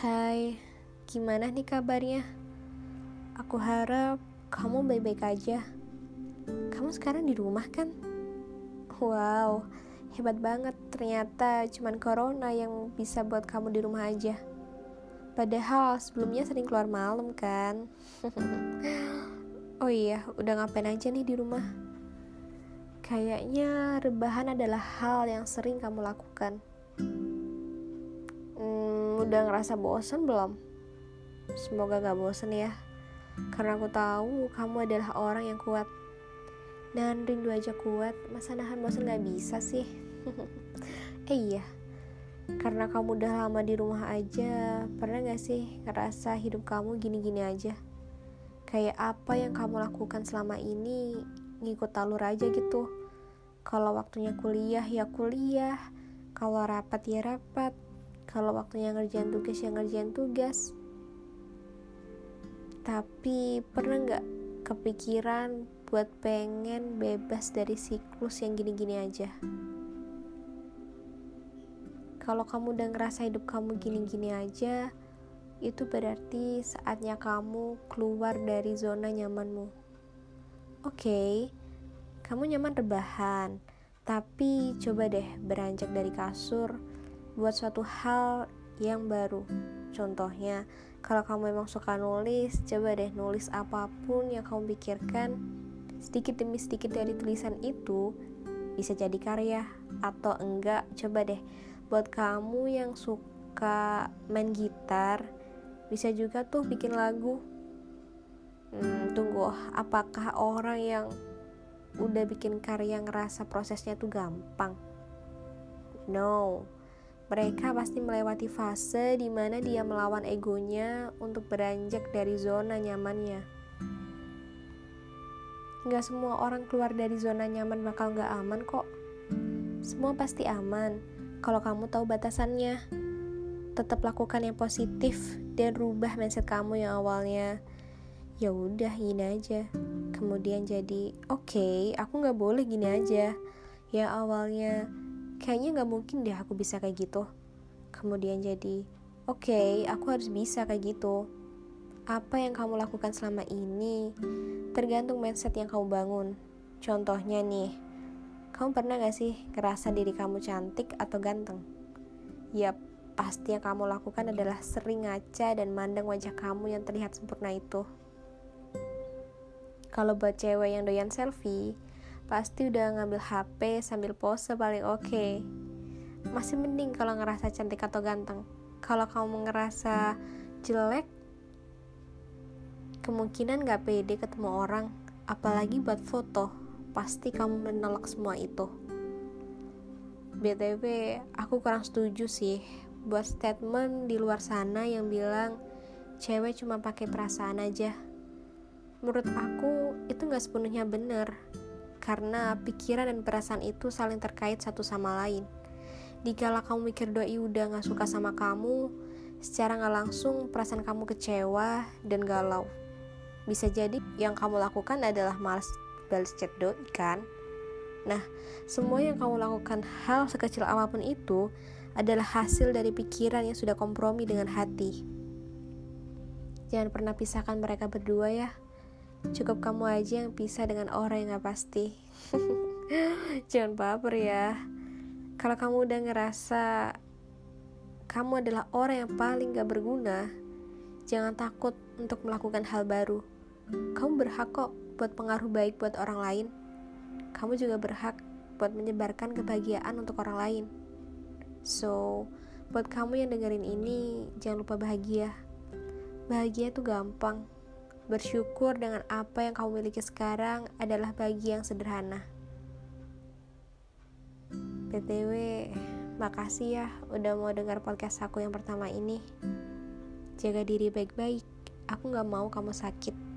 Hai, gimana nih kabarnya? Aku harap kamu baik-baik aja. Kamu sekarang di rumah kan? Wow, hebat banget. Ternyata cuman corona yang bisa buat kamu di rumah aja. Padahal sebelumnya sering keluar malam kan? Oh iya, udah ngapain aja nih di rumah? Kayaknya rebahan adalah hal yang sering kamu lakukan. Udah ngerasa bosan belum? Semoga gak bosan ya. Karena aku tahu kamu adalah orang yang kuat. Dan rindu aja kuat, masa nahan bosan gak bisa sih? Iya, karena kamu udah lama di rumah aja, pernah gak sih ngerasa hidup kamu gini-gini aja? Kayak apa yang kamu lakukan selama ini ngikut alur aja gitu. Kalau waktunya kuliah ya kuliah, kalau rapat ya rapat, kalau waktunya ngerjain tugas ya ngerjain tugas. Tapi pernah gak kepikiran buat pengen bebas dari siklus yang gini-gini aja? Kalau kamu udah ngerasa hidup kamu gini-gini aja, itu berarti saatnya kamu keluar dari zona nyamanmu. Oke, kamu nyaman rebahan, tapi coba deh beranjak dari kasur buat suatu hal yang baru. Contohnya, kalau kamu emang suka nulis, coba deh nulis apapun yang kamu pikirkan. Sedikit demi sedikit dari tulisan itu bisa jadi karya. Atau enggak, coba deh buat kamu yang suka main gitar, bisa juga tuh bikin lagu. Tunggu, apakah orang yang udah bikin karya ngerasa prosesnya tuh gampang? No, mereka pasti melewati fase di mana dia melawan egonya untuk beranjak dari zona nyamannya. Gak semua orang keluar dari zona nyaman bakal gak aman kok. Semua pasti aman kalau kamu tahu batasannya. Tetap lakukan yang positif dan rubah mindset kamu yang awalnya ya udah gini aja, kemudian jadi oke, aku nggak boleh gini aja. Ya awalnya kayaknya nggak mungkin deh aku bisa kayak gitu, kemudian jadi oke, aku harus bisa kayak gitu. Apa yang kamu lakukan selama ini tergantung mindset yang kamu bangun. Contohnya nih, kamu pernah gak sih ngerasa diri kamu cantik atau ganteng? Yap, pasti yang kamu lakukan adalah sering ngaca dan mandang wajah kamu yang terlihat sempurna itu. Kalau buat cewek yang doyan selfie, pasti udah ngambil HP sambil pose paling oke. Masih mending kalau ngerasa cantik atau ganteng. Kalau kamu ngerasa jelek, kemungkinan gak pede ketemu orang, apalagi buat foto. Pasti kamu menolak semua itu. BTW, aku kurang setuju sih buat statement di luar sana yang bilang cewek cuma pakai perasaan aja. Menurut aku itu gak sepenuhnya benar, karena pikiran dan perasaan itu saling terkait satu sama lain. Dikala kamu mikir doi udah gak suka sama kamu, secara gak langsung perasaan kamu kecewa dan galau. Bisa jadi yang kamu lakukan adalah malas balas chat doi kan? Nah, semua yang kamu lakukan, hal sekecil apapun itu adalah hasil dari pikiran yang sudah kompromi dengan hati. Jangan pernah pisahkan mereka berdua ya. Cukup kamu aja yang pisah dengan orang yang gak pasti. Jangan baper ya. Kalau kamu udah ngerasa kamu adalah orang yang paling gak berguna, jangan takut untuk melakukan hal baru. Kamu berhak kok buat pengaruh baik buat orang lain. Kamu juga berhak buat menyebarkan kebahagiaan untuk orang lain. So, buat kamu yang dengerin ini, jangan lupa bahagia. Bahagia itu gampang. Bersyukur dengan apa yang kamu miliki sekarang adalah bahagia yang sederhana. BTW, makasih ya udah mau dengar podcast aku yang pertama ini. Jaga diri baik-baik. Aku gak mau kamu sakit.